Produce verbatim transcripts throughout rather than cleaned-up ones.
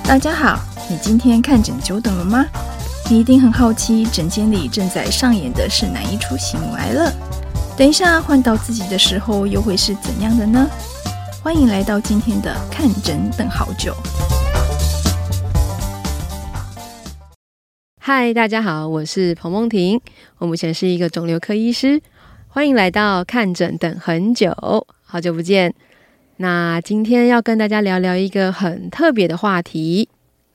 大家好，你今天看诊久等了吗？你一定很好奇诊间里正在上演的是哪一出喜怒哀乐？等一下换到自己的时候又会是怎样的呢？欢迎来到今天的看诊等好久。 嗨，大家好，我是彭梦婷，我目前是一个肿瘤科医师，欢迎来到看诊等很久，好久不见。那今天要跟大家聊聊一个很特别的话题。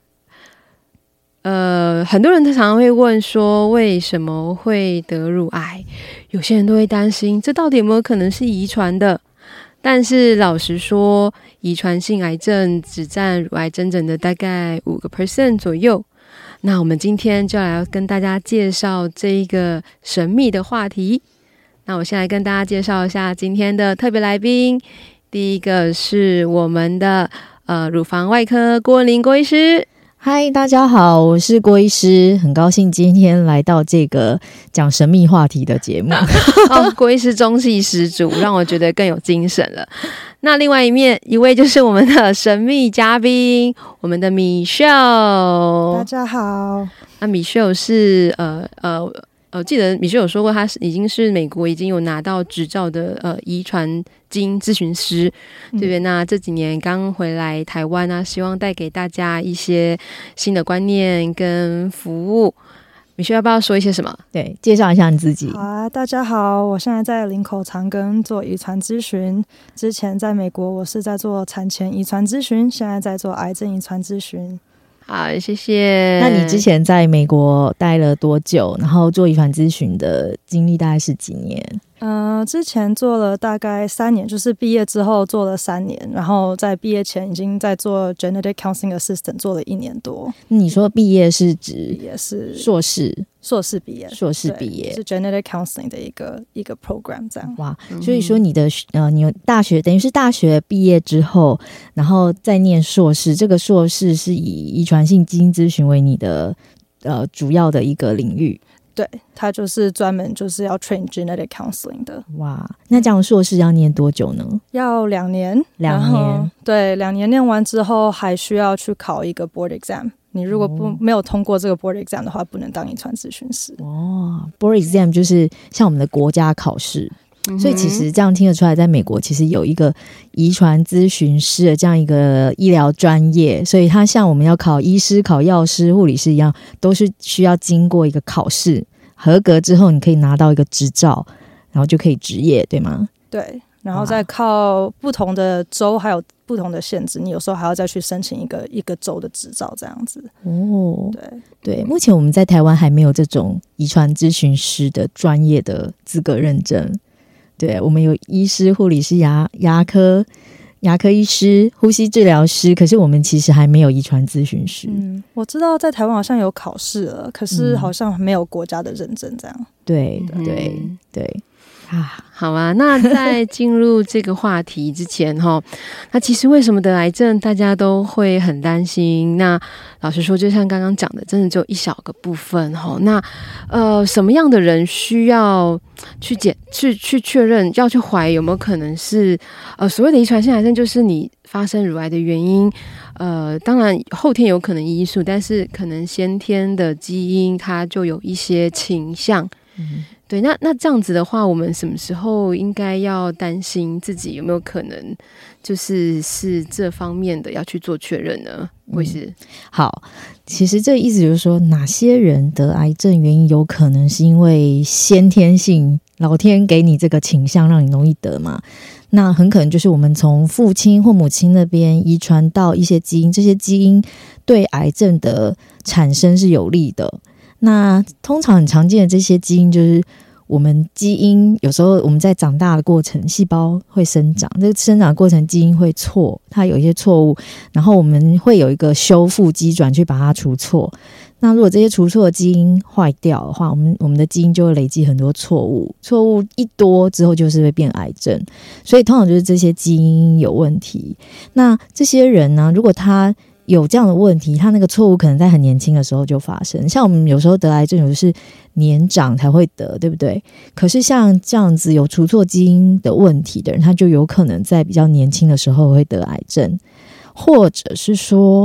呃，很多人常常会问说，为什么会得乳癌？有些人都会担心，这到底有没有可能是遗传的？但是老实说，遗传性癌症只占乳癌真正的大概 百分之五 个 左右。那我们今天就来跟大家介绍这一个神秘的话题。那我先来跟大家介绍一下今天的特别来宾。第一个是我们的呃乳房外科郭文玲郭医师。 嗨，大家好，我是郭医师，很高兴今天来到这个讲神秘话题的节目。 哦，郭医师中气十足，让我觉得更有精神了。那另外一面一位就是我们的神秘嘉宾，我们的 Michelle。 大家好。 那 Michelle 是呃呃呃，记得 Michelle 有说过，他是已经是美国已经有拿到执照的呃遗传基因咨询师，对不对？嗯、那这几年刚回来台湾啊，希望带给大家一些新的观念跟服务。Michelle 要不要说一些什么？ 对，介绍一下你自己。 好啊，大家好，我现在在林口长庚做遗传咨询。之前在美国，我是在做产前遗传咨询，现在在做癌症遗传咨询。 好，谢谢。 那你之前在美国待了多久？然后做遗传咨询的经历大概是几年？ 呃，之前做了大概三年，就是毕业之后做了三年，然后在毕业前已经在做 genetic counseling assistant 做了一年多。 你说毕业是指毕业是硕士？ 硕士毕业， 硕士毕业是 genetic counseling 的一个一个 program 这样。 哇，所以说你的呃，你大学等于是大学毕业之后，然后再念硕士，这个硕士是以遗传性基因咨询为你的呃主要的一个领域。 对，他就是专门就是要 train genetic counseling 的。 哇，那这样硕士要念多久呢？ 要两年。 两年。 对，两年念完之后还需要去考一个 board exam。你如果不、哦、没有通过这个 board exam 的话，不能当遗传咨询师。 哦 board exam 就是像我们的国家考试、嗯、所以其实这样听得出来，在美国其实有一个遗传咨询师的这样一个医疗专业，所以它像我们要考医师、考药师、护理师一样，都是需要经过一个考试，合格之后你可以拿到一个执照，然后就可以执业，对吗？ 对，然后再靠不同的州还有不同的限制，你有时候还要再去申请一个一个州的执照这样子。 哦， 对对，目前我们在台湾还没有这种遗传咨询师的专业的资格认证。对，我们有医师、护理师、牙牙科牙科医师、呼吸治疗师，可是我们其实还没有遗传咨询师。 嗯，我知道在台湾好像有考试了，可是好像没有国家的认证这样。 嗯、对对、嗯、对。 啊，好啊，那在进入这个话题之前齁，那其实为什么得癌症大家都会很担心？那老实说，就像刚刚讲的，真的只有一小个部分齁。那呃，什么样的人需要去检去去确认，要去怀疑有没有可能是呃所谓的遗传性癌症，就是你发生乳癌的原因？呃，当然后天有可能因素，但是可能先天的基因它就有一些倾向。嗯，对，那那这样子的话，我们什么时候应该要担心自己有没有可能就是是这方面的要去做确认呢？会是、嗯、 好，其实这个意思就是说，哪些人得癌症原因有可能是因为先天性，老天给你这个倾向让你容易得嘛？那很可能就是我们从父亲或母亲那边遗传到一些基因，这些基因对癌症的产生是有利的。那通常很常见的这些基因，就是我们基因有时候我们在长大的过程，细胞会生长，这个生长的过程基因会错，它有一些错误，然后我们会有一个修复机转去把它除错。那如果这些除错的基因坏掉的话，我们我们的基因就会累积很多错误，错误一多之后就是会变癌症，所以通常就是这些基因有问题。那这些人呢，如果他有这样的问题，他那个错误可能在很年轻的时候就发生，像我们有时候得癌症有的是年长才会得，对不对？可是像这样子有除错基因的问题的人，他就有可能在比较年轻的时候会得癌症，或者是说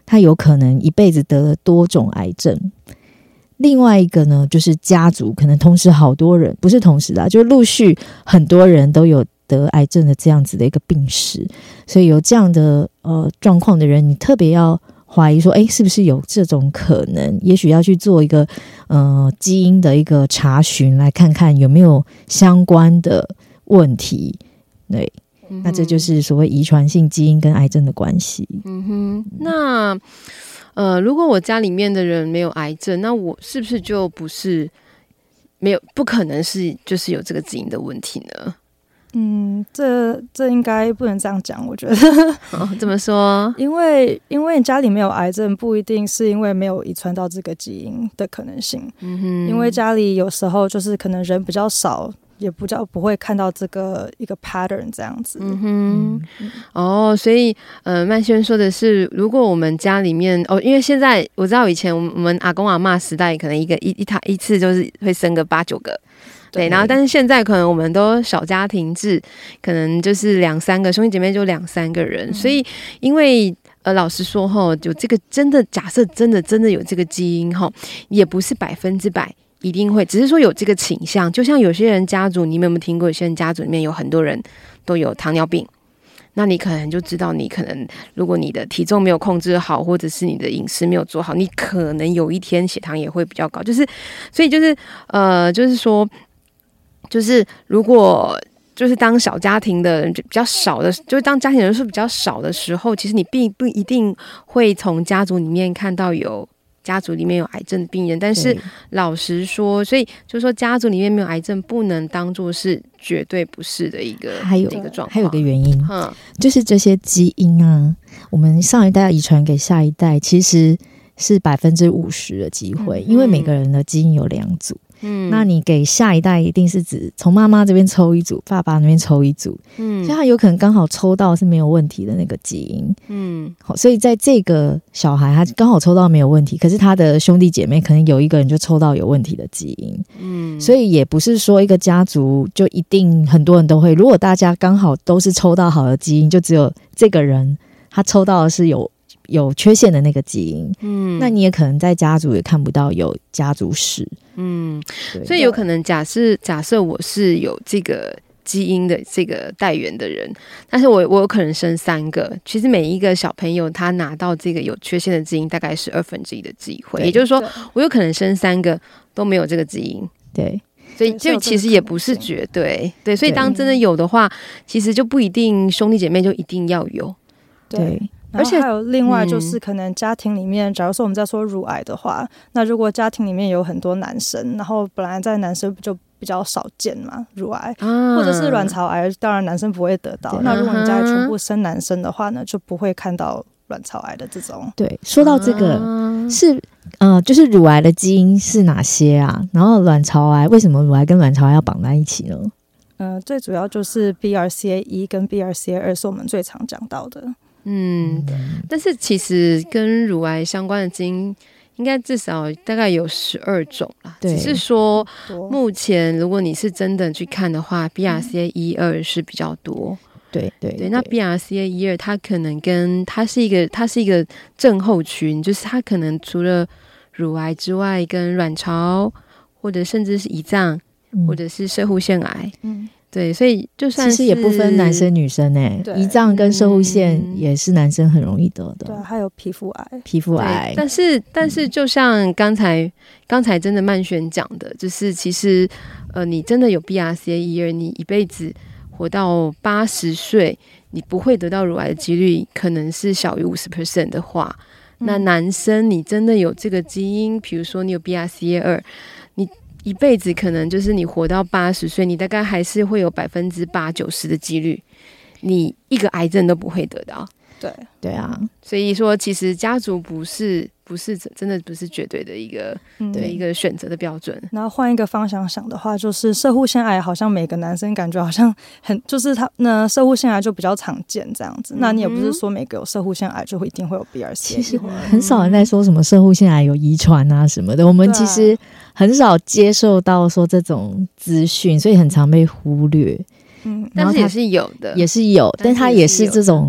他有可能一辈子得了多种癌症。另外一个呢，就是家族可能同时好多人，不是同时啊，就陆续很多人都有得癌症的这样子的一个病史，所以有这样的呃状况的人，你特别要怀疑说，哎，是不是有这种可能？也许要去做一个呃基因的一个查询，来看看有没有相关的问题。对，嗯、那这就是所谓遗传性基因跟癌症的关系。 嗯哼，那呃，如果我家里面的人没有癌症，那我是不是就不是没有？不可能是就是有这个基因的问题呢？ 嗯，这这应该不能这样讲，我觉得。 哦，怎么说？ 因为因为家里没有癌症，不一定是因为没有遗传到这个基因的可能性。嗯哼，因为家里有时候就是可能人比较少，也不叫不会看到这个一个 pattern 这样子。嗯哼， 嗯、哦，所以呃，曼轩说的是，如果我们家里面哦，因为现在我知道以前我们阿公阿嬷时代，可能一个一一他一次就是会生个八九个。对，然后但是现在可能我们都小家庭制，可能就是两三个兄弟姐妹就两三个人，嗯、所以因为呃老实说齁，有这个真的假设真的真的有这个基因齁，也不是百分之百一定会，只是说有这个倾向。就像有些人家族，你们有没有听过？有些人家族里面有很多人都有糖尿病。那你可能就知道，你可能如果你的体重没有控制好，或者是你的饮食没有做好，你可能有一天血糖也会比较高。就是，所以就是呃，就是说。就是如果就是当小家庭的人比较少的，就是当家庭人数比较少的时候，其实你并不一定会从家族里面看到有家族里面有癌症的病人。但是老实说，所以就是说家族里面没有癌症不能当作是绝对不是的一个还有一个状况。 还有个原因，嗯，就是这些基因啊，我们上一代遗传给下一代，其实是百分之五十的机会，嗯、因为每个人的基因有两组。嗯，那你给下一代一定是指从妈妈这边抽一组，爸爸那边抽一组，嗯，所以他有可能刚好抽到是没有问题的那个基因，嗯，好，所以在这个小孩他刚好抽到没有问题，可是他的兄弟姐妹可能有一个人就抽到有问题的基因，嗯，所以也不是说一个家族就一定很多人都会，如果大家刚好都是抽到好的基因，就只有这个人他抽到的是有有缺陷的那个基因，嗯，那你也可能在家族也看不到有家族史。嗯， 所以有可能假设假设我是有这个基因的这个带源的人，但是我我有可能生三个，其实每一个小朋友他拿到这个有缺陷的基因大概是二分之一的机会，也就是说我有可能生三个都没有这个基因。 对， 所以就其实也不是绝对，对，所以当真的有的话，其实就不一定兄弟姐妹就一定要有。 对。而且还有另外就是可能家庭里面、嗯、假如说我们在说乳癌的话，那如果家庭里面有很多男生，然后本来在男生就比较少见嘛，乳癌、啊、或者是卵巢癌，当然男生不会得到，那如果你家里全部生男生的话呢，就不会看到卵巢癌的这种。 对，说到这个、啊、是呃，就是乳癌的基因是哪些啊？然后卵巢癌为什么乳癌跟卵巢癌要绑在一起呢？ 呃，最主要就是 B R C A 一 跟 B R C A 二是我们最常讲到的。 嗯，但是其实跟乳癌相关的基因应该至少大概有十二种啦，只是说目前如果你是真的去看的话 B R C A 一、二是比较多。 对对 对, 对，那 B R C A 一、二它可能跟它是一个它是一个症候群，就是它可能除了乳癌之外，跟卵巢或者甚至是胰脏、嗯、或者是攝護腺癌，嗯。对，所以就算是其实也不分男生女生诶、欸，胰脏跟攝護腺也是男生很容易得的。 对，还有皮肤癌， 皮肤癌。 但是，但是就像刚才刚才真的曼璇讲的，就是其实呃，你真的有 B R C A 一、二，你一辈子活到八十岁，你不会得到乳癌的几率可能是小于五十 percent 的话，嗯、那男生你真的有这个基因，比如说你有 B R C A 二，你。一辈子可能就是你活到八十岁，你大概还是会有百分之八九十的几率，你一个癌症都不会得到。 对对啊， 所以说其实家族不是不是真的不是绝对的一个、嗯、对一个选择的标准。 然后换一个方向想的话，就是攝護腺癌好像每个男生感觉好像很就是他那攝護腺癌就比较常见这样子、嗯、那你也不是说每个有攝護腺癌就会一定会有 B R C A。 其实很少人在说什么攝護腺癌有遗传啊什么的，我们其实很少接受到说这种资讯，所以很常被忽略。 嗯，但是也是有的， 也是有，但它也是这种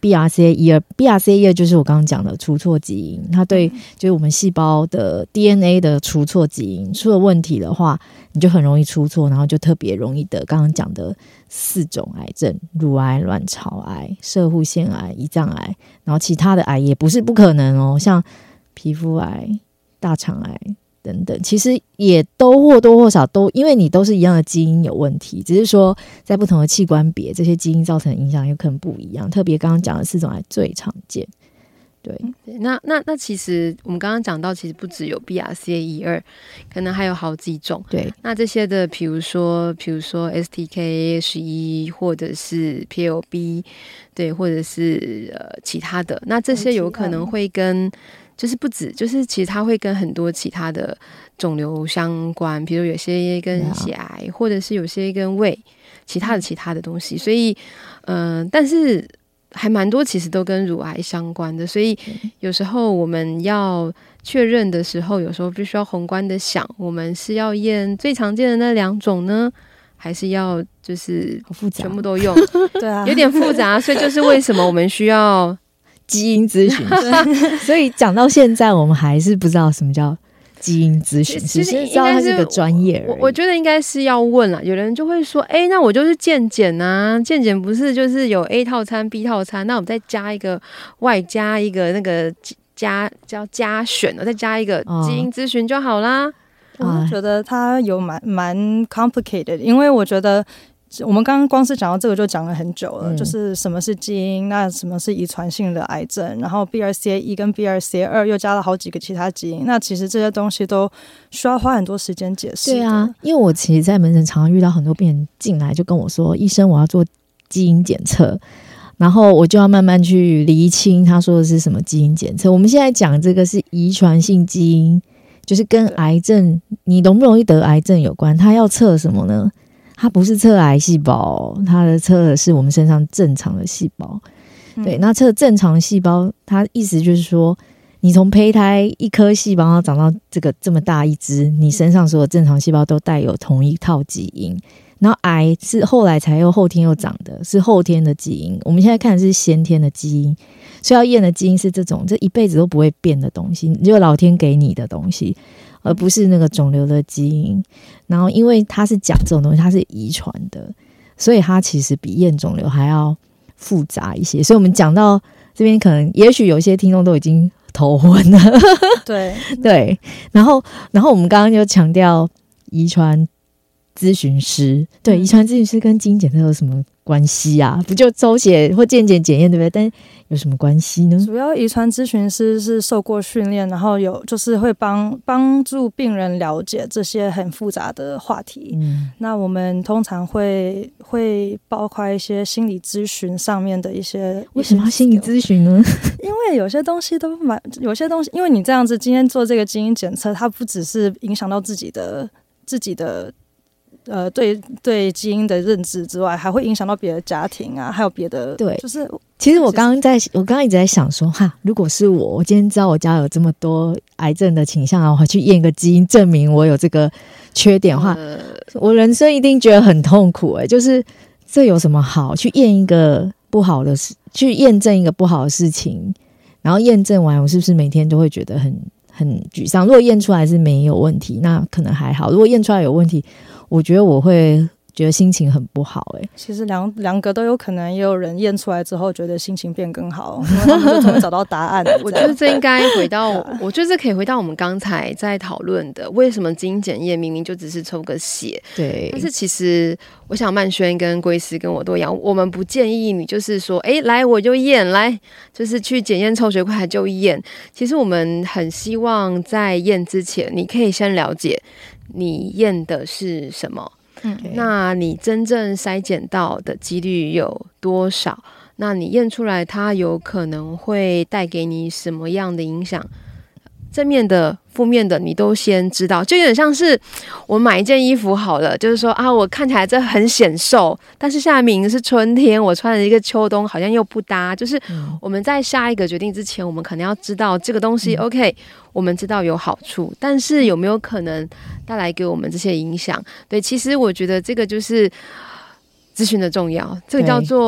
B R C A 一二 B R C A 一二就是我刚刚讲的除错基因，它对就是我们细胞的 D N A 的除错基因出了问题的话，你就很容易出错，然后就特别容易得刚刚讲的四种癌症：乳癌、卵巢癌、摄护腺癌、胰脏癌，然后其他的癌也不是不可能哦，像皮肤癌、大肠癌等等，其实也都或多或少都因为你都是一样的基因有问题，只是说在不同的器官别这些基因造成的影响有可能不一样，特别刚刚讲的四种癌最常见。对， 那那那其实我们刚刚讲到，其实不只有 B R C A 一二，可能还有好几种。 对， 那这些的，比如说比如说 S T K 十一，或者是 P L B， 对，或者是呃其他的，那这些有可能会跟就是不止，就是其实它会跟很多其他的肿瘤相关，比如有些跟血癌，或者是有些跟胃，其他的其他的东西。所以，嗯、呃，但是还蛮多其实都跟乳癌相关的。所以有时候我们要确认的时候，有时候必须要宏观的想，我们是要验最常见的那两种呢，还是要就是全部都用？ 对啊， 有点复杂。所以就是为什么我们需要基因咨询师，所以讲到现在，我们还是不知道什么叫基因咨询师，只是知道它是个专业而已。 我我觉得应该是要问啦，有人就会说，哎、欸，那我就是健检啊，健检不是就是有 A 套餐、B 套餐，那我们再加一个外加一个那个加叫加选，再加一个基因咨询就好啦。 哦、我是觉得它有蛮蛮 complicated， 因为我觉得。我们刚刚光是讲到这个就讲了很久了、嗯、就是什么是基因，那什么是遗传性的癌症，然后 B R C A 一 跟 B R C A 二又加了好几个其他基因，那其实这些东西都需要花很多时间解释。 对啊，因为我其实在门诊常常遇到很多病人进来就跟我说，医生我要做基因检测，然后我就要慢慢去厘清他说的是什么基因检测。我们现在讲这个是遗传性基因，就是跟癌症你容不容易得癌症有关，他要测什么呢？它不是测癌细胞，它的测的是我们身上正常的细胞。对，那测正常细胞，它意思就是说，你从胚胎一颗细胞，然后长到这个这么大一只，你身上所有正常细胞都带有同一套基因。然后癌是后来才又后天又长的，是后天的基因。我们现在看的是先天的基因，所以要验的基因是这种，这一辈子都不会变的东西，只有老天给你的东西。而不是那个肿瘤的基因，然后因为它是讲这种东西，它是遗传的，所以它其实比验肿瘤还要复杂一些。所以我们讲到这边，可能也许有些听众都已经头昏了。 对对，然后然后我们刚刚就强调遗传咨询师，对，遗传咨询师跟基因检测有什么关系啊？不就抽血或健检检验，对不对？但有什么关系呢？ 主要遗传咨询师是受过训练，然后有就是会帮帮助病人了解这些很复杂的话题。嗯，那我们通常会会包括一些心理咨询上面的一些。 为什么要心理咨询呢？ 因为有些东西都蛮，有些东西，因为你这样子今天做这个基因检测，它不只是影响到自己的自己的。呃，对对，基因的认知之外，还会影响到别的家庭啊，还有别的。对，就是其实我刚刚在，我刚刚一直在想说，哈，如果是我，我今天知道我家有这么多癌症的倾向，然后我去验个基因证明我有这个缺点的话，呃、我人生一定觉得很痛苦、欸。哎，就是这有什么好去验一个不好的事，去验证一个不好的事情，然后验证完，我是不是每天都会觉得很很沮丧？如果验出来是没有问题，那可能还好；如果验出来有问题，我觉得我会觉得心情很不好。哎、欸， 其实两两个都有可能，也有人验出来之后觉得心情变更好，因为他们就终于找到答案了。 我觉得这应该回到，我觉得这可以回到我们刚才在讨论的，为什么基因检验明明就只是抽个血， 对， 但是其实我想曼轩跟龟斯跟我都一样，我们不建议你就是说，哎，来我就验，来就是去检验抽血块就验。其实我们很希望在验之前，你可以先了解。你验的是什么？嗯，那你真正筛检到的几率有多少？那你验出来它有可能会带给你什么样的影响？正面的、负面的，你都先知道，就有点像是我买一件衣服好了，就是说啊，我看起来这很显瘦，但是现在明明是春天，我穿了一个秋冬，好像又不搭。就是我们在下一个决定之前，我们可能要知道这个东西、嗯、，OK， 我们知道有好处，但是有没有可能带来给我们这些影响？对，其实我觉得这个就是咨询的重要，这个叫做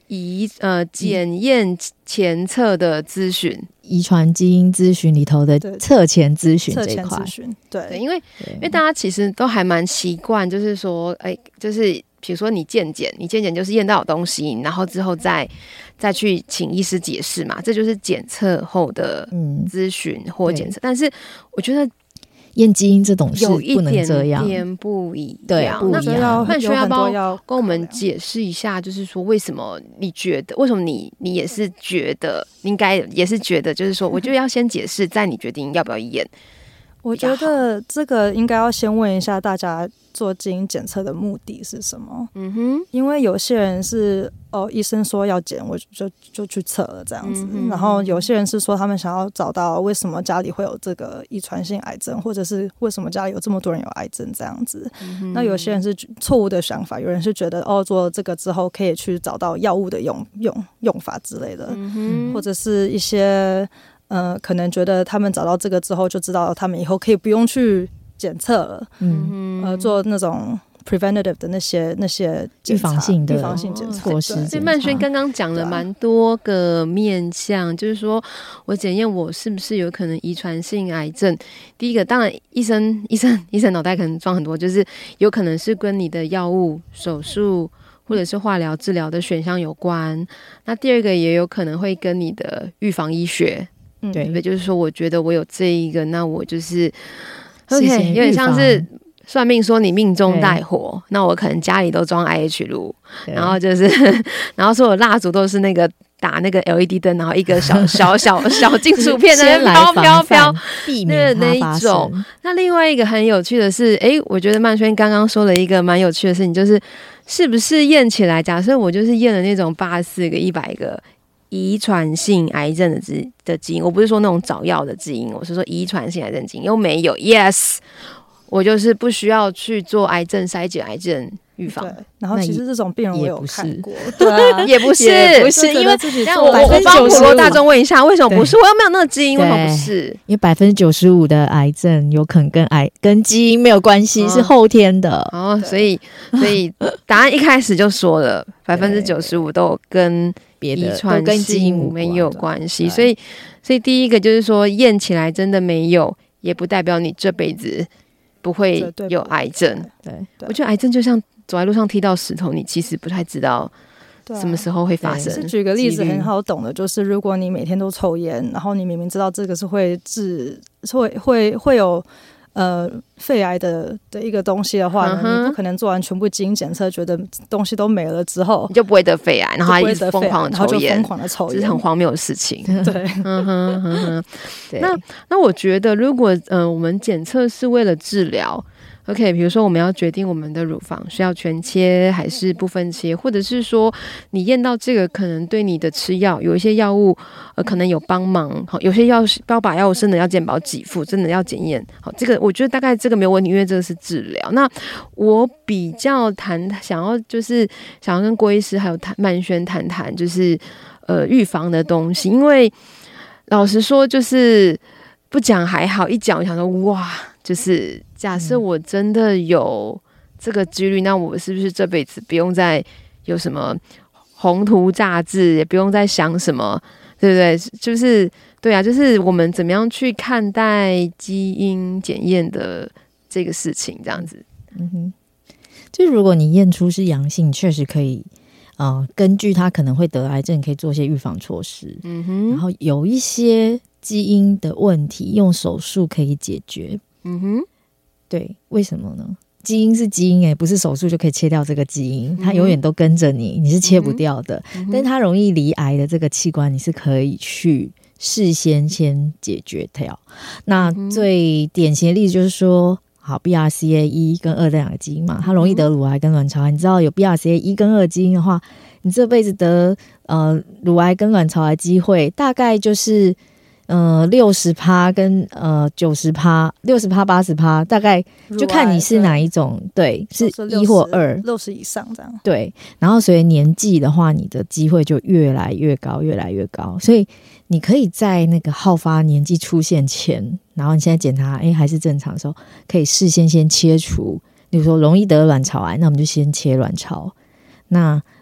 遗呃检验前测的咨询， 遗传基因咨询里头的测前咨询这一块， 对， 对，因为因为大家其实都还蛮习惯，就是说，哎，就是比如说你健检，你健检就是验到有东西，然后之后再再去请医师解释嘛，这就是检测后的咨询或检测。嗯、但是我觉得验基因这种事不能这样， 有一点点不一样。 对，不一样。 曼轩要不要跟我们解释一下，就是说为什么你觉得，为什么你你也是觉得应该也是觉得，就是说，我就要先解释，再你决定要不要验。 我觉得这个应该要先问一下大家做基因检测的目的是什么。嗯哼，因为有些人是哦，医生说要检，我就就去测了这样子、嗯。然后有些人是说他们想要找到为什么家里会有这个遗传性癌症，或者是为什么家里有这么多人有癌症这样子。嗯、那有些人是错误的想法，有人是觉得哦，做这个之后可以去找到药物的用用用法之类的，嗯、或者是一些。呃，可能觉得他们找到这个之后，就知道他们以后可以不用去检测了，嗯，呃，做那种 preventative 的那些那些预防性的预防性检测措施。 所以曼轩刚刚讲了蛮多个面向，就是说我检验我是不是有可能遗传性癌症。第一个，当然医生医生医生脑袋可能装很多，就是有可能是跟你的药物、手术。或者是化疗治疗的选项有关。那第二个也有可能会跟你的预防医学。对，对，就是说，我觉得我有这一个，那我就是 OK， 有点像是算命说你命中带火，那我可能家里都装 I H 炉，然后就是，然后所有蜡烛都是那个打那个 L E D 灯，然后一个小小小小金属片在那飘飘飘， 避免那一种。那另外一个很有趣的是，哎，我觉得曼轩刚刚说了一个蛮有趣的事情，就是是不是验起来，假设我就是验了那种八十四个、一百个。遗传性癌症的基的基因，我不是说那种早药的基因，我是说遗传性癌症基因，又没有 ，yes， 我就是不需要去做癌症筛检、癌症预防。 然后其实这种病人我有看过，对啊， 也不是， 也不是，因为我我帮普罗大众问一下，为什么不是？我又没有那个基因，为什么不是？ 因为百分之九十五的癌症有可能跟癌跟基因没有关系，哦、是后天的。 哦，所以所以答案一开始就说了，百分之九十五都有跟。遗传跟基因没有关系，所以所以第一个就是说验起来真的没有，也不代表你这辈子不会有癌症。对，我觉得癌症就像走在路上踢到石头，你其实不太知道什么时候会发生。 是举个例子很好懂的，就是如果你每天都抽烟，然后你明明知道这个是会致会会会有。呃，肺癌的的一个东西的话呢， uh-huh. 你不可能做完全部基因检测，觉得东西都没了之后， 你就不会得肺癌，然后他一直疯狂的抽烟， 疯狂的抽烟， 这是很荒谬的事情。 对， 嗯哼哼哼。那那我觉得，如果呃我们检测是为了治疗。OK， 比如说我们要决定我们的乳房是要全切还是部分切，或者是说你验到这个可能对你的吃药有一些药物呃可能有帮忙，好，有些药标靶药物真的要健保给付，真的要检验。好，这个我觉得大概这个没有问题，因为这个是治疗。那我比较谈想要就是想要跟郭医师还有谈曼轩谈谈就是呃预防的东西，因为老实说就是不讲还好，一讲我想说哇。就是假设我真的有这个几率，那我是不是这辈子不用再有什么宏图大志，也不用再想什么，对不对？就是对啊，就是我们怎么样去看待基因检验的这个事情，这样子。 嗯哼，就是如果你验出是阳性，确实可以呃，根据他可能会得癌症，可以做一些预防措施。嗯哼，然后有一些基因的问题，用手术可以解决。嗯哼，对，为什么呢？基因是基因、欸，不是手术就可以切掉这个基因，它永远都跟着你，你是切不掉的。嗯、但是它容易罹癌的这个器官，你是可以去事先先解决掉。那最典型的例子就是说，好 B R C A 一 跟二这两个基因嘛，它容易得乳癌跟卵巢癌。你知道有 B R C A 一 跟二基因的话，你这辈子得呃乳癌跟卵巢癌机会大概就是。呃，六十趴跟呃九十趴，六十趴八十趴，大概就看你是哪一种，对，是一或二， 六十以上这样。 对，然后随着年纪的话，你的机会就越来越高，越来越高。所以你可以在那个好发年纪出现前，然后你现在检查，哎，还是正常的时候，可以事先先切除。比如说容易得卵巢癌，那我们就先切卵巢。那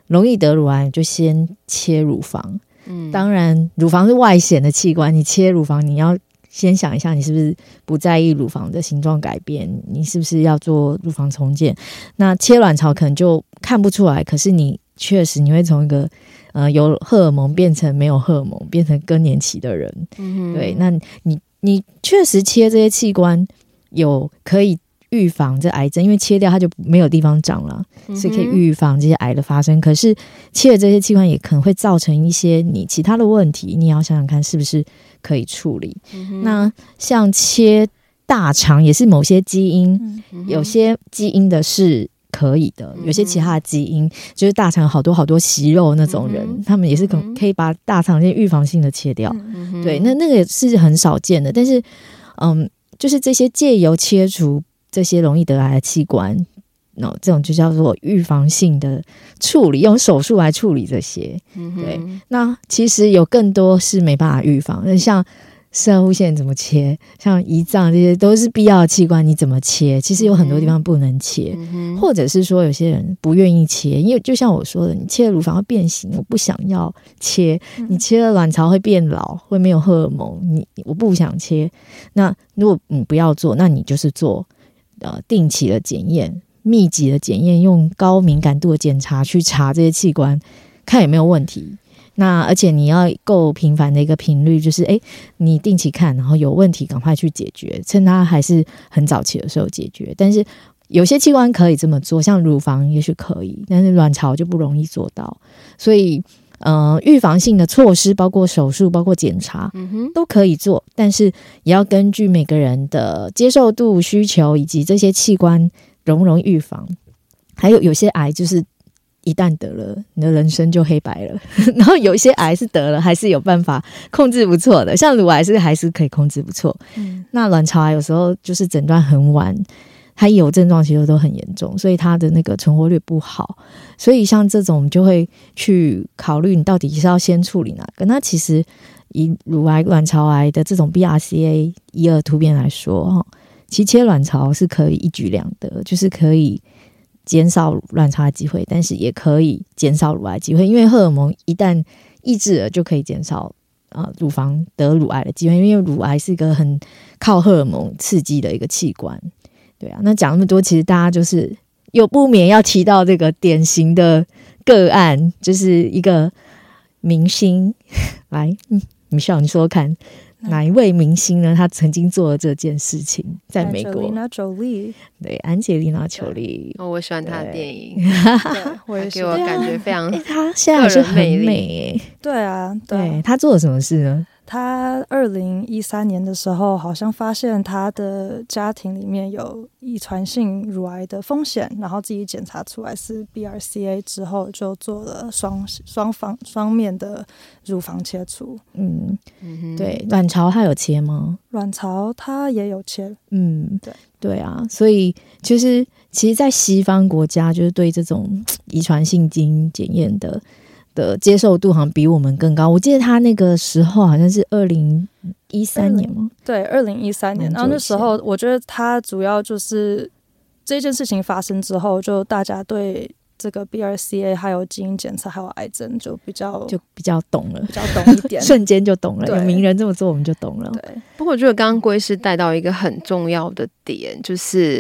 容易得乳癌就先切乳房。嗯，当然乳房是外显的器官，你切乳房你要先想一下，你是不是不在意乳房的形状改变，你是不是要做乳房重建。那切卵巢可能就看不出来，可是你确实你会从一个呃有荷尔蒙变成没有荷尔蒙，变成更年期的人。嗯，对，那你你确实切这些器官有可以预防这癌症，因为切掉它就没有地方长了，所以可以预防这些癌的发生。可是切了这些器官也可能会造成一些你其他的问题，你也要想想看是不是可以处理。嗯、那像切大肠也是某些基因、嗯、有些基因的是可以的，有些其他的基因就是大肠好多好多息肉那种人、嗯、他们也是可可以把大肠这些预防性的切掉、嗯、对，那那个也是很少见的。但是嗯，就是这些借由切除这些容易得癌的器官、no, 这种就叫做预防性的处理，用手术来处理这些、嗯、对。那其实有更多是没办法预防，像射护腺怎么切，像胰脏这些都是必要的器官，你怎么切其实有很多地方不能切、嗯、或者是说有些人不愿意切，因为就像我说的，你切了乳房会变形，我不想要切、嗯、你切了卵巢会变老，会没有荷尔蒙，你我不想切。那如果你不要做，那你就是做呃，定期的检验，密集的检验，用高敏感度的检查去查这些器官，看有没有问题。那而且你要够频繁的一个频率，就是诶你定期看，然后有问题赶快去解决，趁它还是很早期的时候解决。但是有些器官可以这么做，像乳房也许可以，但是卵巢就不容易做到。所以呃，预防性的措施包括手术，包括检查、嗯、都可以做，但是也要根据每个人的接受度、需求以及这些器官容不容易预防。还有有些癌就是一旦得了，你的人生就黑白了然后有些癌是得了还是有办法控制不错的，像乳癌是还是可以控制不错、嗯、那卵巢癌有时候就是诊断很晚，它有症状其实都很严重，所以它的那个存活率不好。所以像这种我们就会去考虑你到底是要先处理哪个。那其实以乳癌、卵巢癌的这种 B R C A 一二突变来说，其实切卵巢是可以一举两得，就是可以减少卵巢的机会，但是也可以减少乳癌机会，因为荷尔蒙一旦抑制了就可以减少、呃、乳房得乳癌的机会，因为乳癌是一个很靠荷尔蒙刺激的一个器官。对啊，那讲那么多，其实大家就是有不免要提到这个典型的个案，就是一个明星来，嗯，米少你说说看，哪一位明星呢？他曾经做了这件事情，在美国。 Angelina Jolie， 对，安吉丽娜·裘丽。 哦，我喜欢她的电影，对，我也给我感觉非常， 她、欸、现在还是很美哎。 对啊，对， 她做了什么事呢？ 他二零一三年的时候，好像发现他的家庭里面有遗传性乳癌的风险，然后自己检查出来是 B R C A 之后，就做了双双方双面的乳房切除。嗯， 对，卵巢他有切吗？ 卵巢他也有切。 嗯，对对啊，所以就是其实，在西方国家，就是对这种遗传性基因检验的。的接受度好像比我们更高，我记得他那个时候好像是二零一三年吗？ 对，二零一三年。然后那时候我觉得他主要就是这件事情发生之后，就大家对这个 B R C A 还有基因检测还有癌症就比较就比较懂了， 比较懂一点， 瞬间就懂了。有名人这么做，我们就懂了。 对。不过我觉得刚刚龟师带到一个很重要的点，就是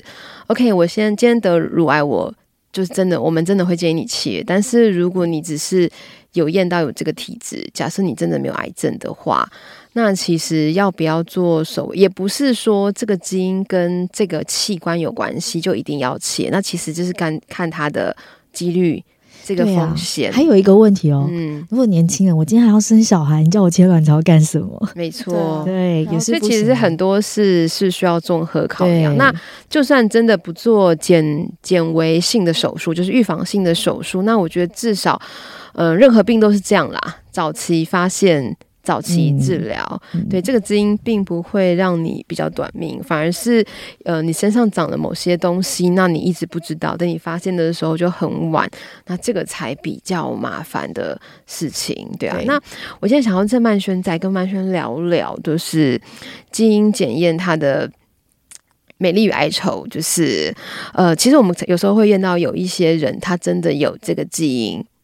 OK， 我现在今天得乳癌，我。就是真的，我们真的会建议你切。但是如果你只是有验到有这个体质，假设你真的没有癌症的话，那其实要不要做手，也不是说这个基因跟这个器官有关系就一定要切。那其实就是看看它的几率。这个风险、 啊、还有一个问题哦、嗯，如果年轻人，我今天还要生小孩，你叫我切卵巢干什么？ 没错， 对，也是不行。 所以其实很多事是需要综合考量。那就算真的不做减减微性的手术，就是预防性的手术，那我觉得至少，呃，任何病都是这样啦，早期发现。早期治疗、嗯、对，这个基因并不会让你比较短命，反而是呃你身上长了某些东西，那你一直不知道，等你发现的时候就很晚，那这个才比较麻烦的事情。对啊，对，那我现在想要跟曼轩再跟曼轩聊聊，就是基因检验它的美丽与哀愁，就是呃，其实我们有时候会验到有一些人他真的有这个基因，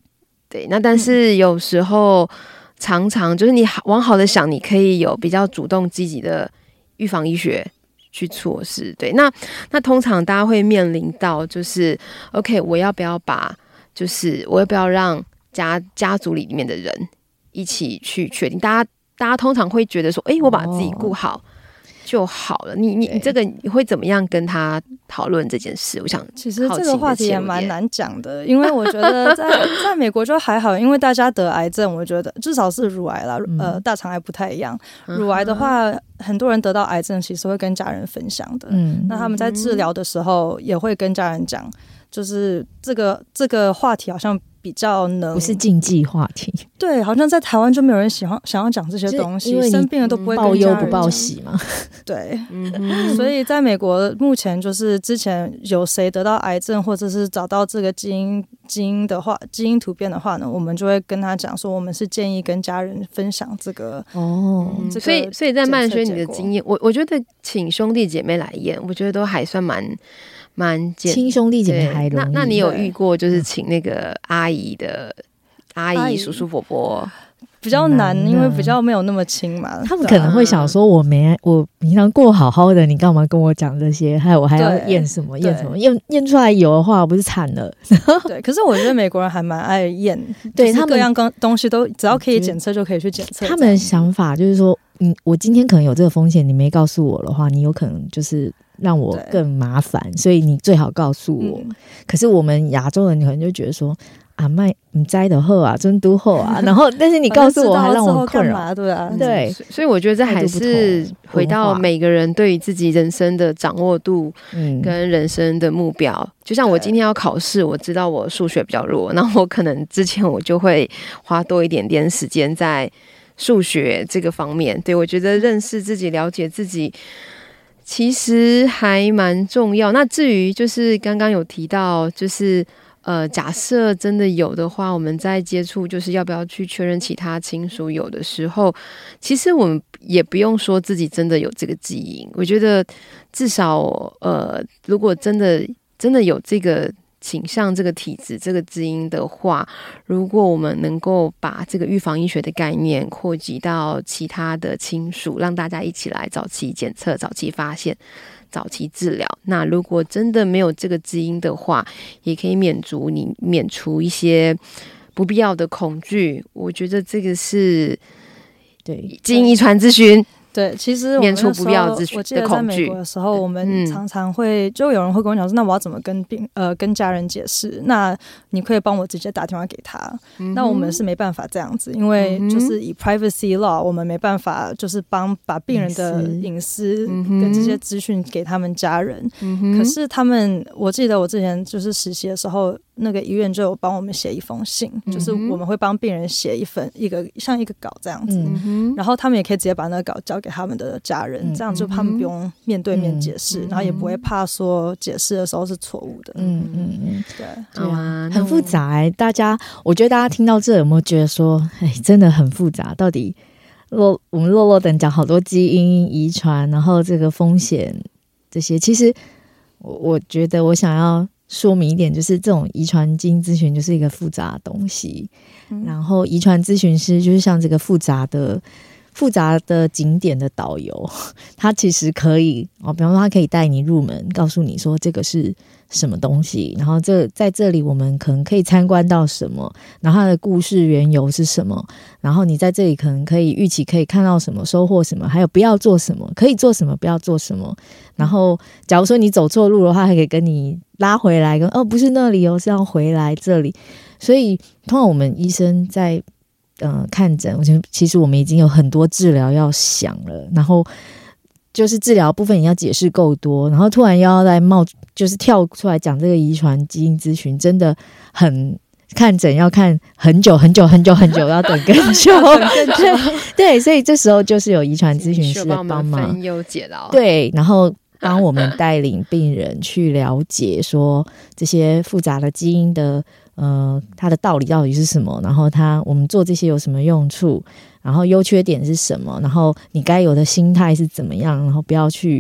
对，那但是有时候常常就是你往好的想，你可以有比较主动积极的预防医学去措施。对，那那通常大家会面临到就是 OK， 我要不要把就是我要不要让家家族里面的人一起去确定？大家大家通常会觉得说，哎、欸，我把自己顾好就好了。你你你这个你会怎么样跟他讨论这件事？我想其实这个话题也蛮难讲的，因为我觉得在在美国就还好，因为大家得癌症，我觉得至少是乳癌啦，嗯、呃，大肠癌不太一样。乳癌的话，很多人得到癌症其实会跟家人分享的，嗯，那他们在治疗的时候也会跟家人讲，就是这个这个话题好像比较能不是禁忌话题， 对，好像在台湾就没有人喜欢想要讲这些东西，生病了都不会跟家人讲， 报忧不报喜嘛， 对，嗯、所以在美国目前就是之前有谁得到癌症或者是找到这个基因基因的话，基因突变的话呢，我们就会跟他讲说，我们是建议跟家人分享这个哦、嗯，这个所以所以在曼轩你的经验，我我觉得请兄弟姐妹来验，我觉得都还算蛮。蛮亲兄弟姐妹还容易。 那那你有遇过就是请那个阿姨的阿姨、叔叔、伯伯？ 比较难，因为比较没有那么亲嘛。 他们可能会想说，我没我平常过好好的，你干嘛跟我讲这些？还有我还要验什么验什么？验验出来有的话，我不是惨了？ 对，可是我觉得美国人还蛮爱验， 对他们各样东西都只要可以检测就可以去检测。 他们的想法就是说，嗯，我今天可能有这个风险，你没告诉我的话，你有可能就是让我更麻烦，所以你最好告诉我。嗯、可是我们亚洲人可能就觉得说。啊，卖唔摘的后啊，真都后啊，然后但是你告诉我，还让我困扰， 对啊， 对， 所以我觉得这还是回到每个人对于自己人生的掌握度，跟人生的目标。嗯、就像我今天要考试，我知道我数学比较弱，那我可能之前我就会花多一点点时间在数学这个方面。对，我觉得认识自己、了解自己。其实还蛮重要。那至于就是刚刚有提到，就是呃，假设真的有的话，我们在接触就是要不要去确认其他亲属有的时候，其实我们也不用说自己真的有这个基因。我觉得至少呃，如果真的真的有这个倾向、这个体质、这个基因的话，如果我们能够把这个预防医学的概念扩及到其他的亲属，让大家一起来早期检测、早期发现、早期治疗。那如果真的没有这个基因的话，也可以免除你免除一些不必要的恐惧。我觉得这个是对基因遗传咨询。 对，其实我免除不必要的恐惧。 我记得在美国的时候，我们常常会就有人会跟我讲说，那我要怎么跟病呃跟家人解释？那你可以帮我直接打电话给他。嗯、那我们是没办法这样子，因为就是以 privacy law， 我们没办法就是帮把病人的隐私跟这些资讯给他们家人。嗯、可是他们，我记得我之前就是实习的时候，那个医院就有帮我们写一封信，嗯、就是我们会帮病人写一份一个像一个稿这样子，嗯、然后他们也可以直接把那个稿交给他们的家人，嗯、这样就他们不用面对面解释，嗯、然后也不会怕说解释的时候是错误的。嗯嗯嗯，对， 对啊，很复杂哎、欸。大家，我觉得大家听到这有没有觉得说，哎，真的很复杂？到底落我们落落等讲好多基因遗传，然后这个风险这些，其实我我觉得我想要说明一点，就是这种遗传基因咨询就是一个复杂的东西，嗯、然后遗传咨询师就是像这个复杂的。复杂的景点的导游，他其实可以哦，比方说他可以带你入门，告诉你说这个是什么东西，然后这在这里我们可能可以参观到什么，然后它的故事缘由是什么，然后你在这里可能可以预期可以看到什么，收获什么，还有不要做什么，可以做什么，不要做什么。然后假如说你走错路的话，还可以跟你拉回来，跟哦不是那里哦，是要回来这里。所以通常我们医生在呃，看诊，我觉得其实我们已经有很多治疗要想了，然后就是治疗部分也要解释够多，然后突然又要来冒，就是跳出来讲这个遗传基因咨询，真的很看诊要看很久很久很久很久，要等更久，对对，所以这时候就是有遗传咨询师的帮忙， 分忧解劳， 对，然后帮我们带领病人去了解说这些复杂的基因的。呃，它的道理到底是什么？然后它我们做这些有什么用处？然后优缺点是什么？然后你该有的心态是怎么样？然后不要去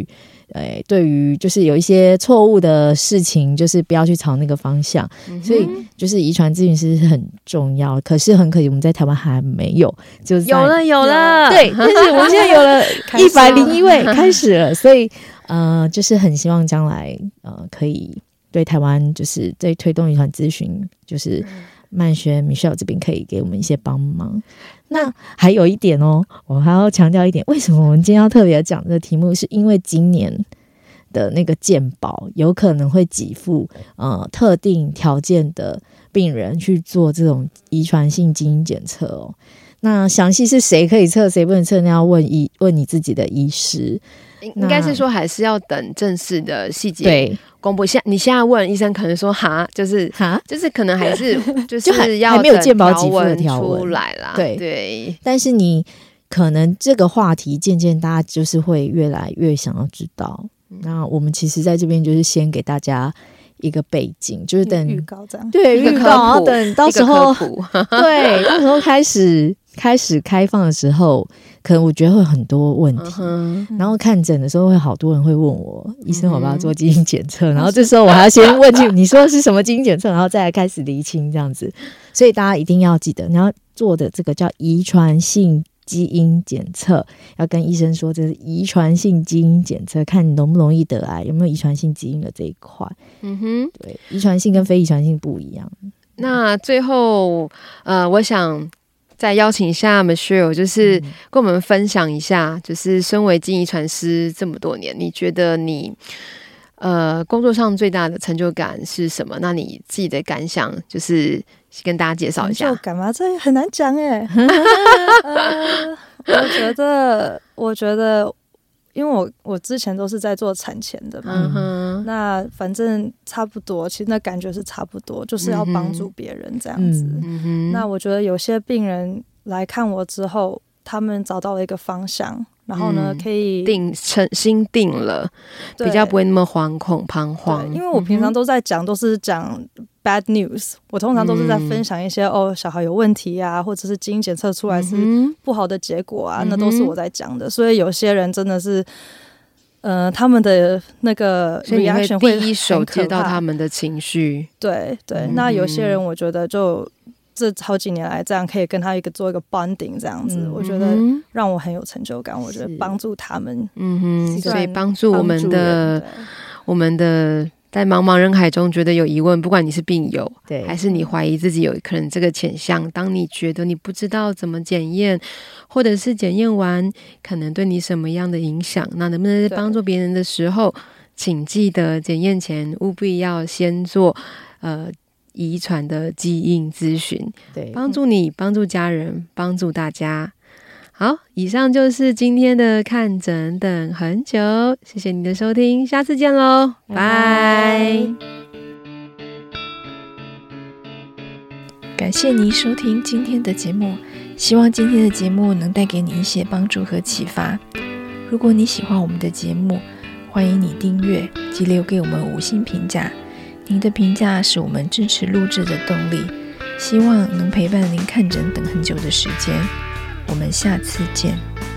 呃，对于就是有一些错误的事情，就是不要去朝那个方向。嗯、所以就是遗传咨询师是很重要，可是很可惜我们在台湾还没有，就是有了有了， 对，但是我们现在有了一百零一位开始了，所以呃，就是很希望将来呃可以对台湾就是在推动遗传咨询，就是曼萱 Michelle 这边可以给我们一些帮忙。那还有一点哦，我还要强调一点，为什么我们今天要特别讲这个题目，是因为今年的那个健保有可能会给付呃特定条件的病人去做这种遗传性基因检测哦。那详细是谁可以测谁不能测，那要问医问你自己的医师。 应该是说还是要等正式的细节公布。现你现在问医生，可能说哈，就是哈，就是可能还是就是要还没有健保给付的条文出来啦。 对对， 但是你可能这个话题渐渐大家就是会越来越想要知道。嗯、那我们其实在这边就是先给大家一个背景，就是等预告这样， 对，预告，然后等到时候对，到时候开始开始开放的时候，可能我觉得会很多问题，嗯、然后看诊的时候会好多人会问我，嗯、医生我要不要做基因检测？然后这时候我还要先问清你说的是什么基因检测，然后再来开始厘清这样子。所以大家一定要记得，你要做的这个叫遗传性基因检测，要跟医生说这是遗传性基因检测，看你容不容易得癌，有没有遗传性基因的这一块。嗯哼，对，遗传性跟非遗传性不一样。 那最后，呃，我想再邀请一下 Michelle， 就是跟我们分享一下，就是身为基因遗传师这么多年，你觉得你呃工作上最大的成就感是什么？那你自己的感想就是跟大家介绍一下。 成就感吗？这很难讲哎、呃。我觉得，我觉得，因为我我之前都是在做产前的嘛，嗯、那反正差不多，其实那感觉是差不多，就是要帮助别人这样子。嗯、那我觉得有些病人来看我之后，他们找到了一个方向。然后呢，可以定成心定了，比较不会那么惶恐彷徨。 因为我平常都在讲，都是讲 bad news， 我通常都是在分享一些、嗯、哦，小孩有问题啊，或者是基因检测出来是不好的结果啊，嗯、那都是我在讲的。所以有些人真的是，呃，他们的那个 reaction 会第一手接到他们的情绪。 对对、嗯，那有些人我觉得就。这好几年来这样可以跟他一个做一个 bonding 这样子、嗯、我觉得让我很有成就感，我觉得帮助他们， 嗯哼，所以帮助我们的我们的在茫茫人海中觉得有疑问，不管你是病友对还是你怀疑自己有可能这个倾向，当你觉得你不知道怎么检验，或者是检验完可能对你什么样的影响，那能不能在帮助别人的时候，请记得检验前务必要先做呃遗传的基因咨询，对，帮助你，帮助家人，帮助大家。好，以上就是今天的看诊等很久，谢谢你的收听，下次见咯，拜拜。 感谢你收听今天的节目，希望今天的节目能带给你一些帮助和启发。如果你喜欢我们的节目，欢迎你订阅及留给我们五星评价。您的评价是我们支持录制的动力，希望能陪伴您看诊等很久的时间。我们下次见。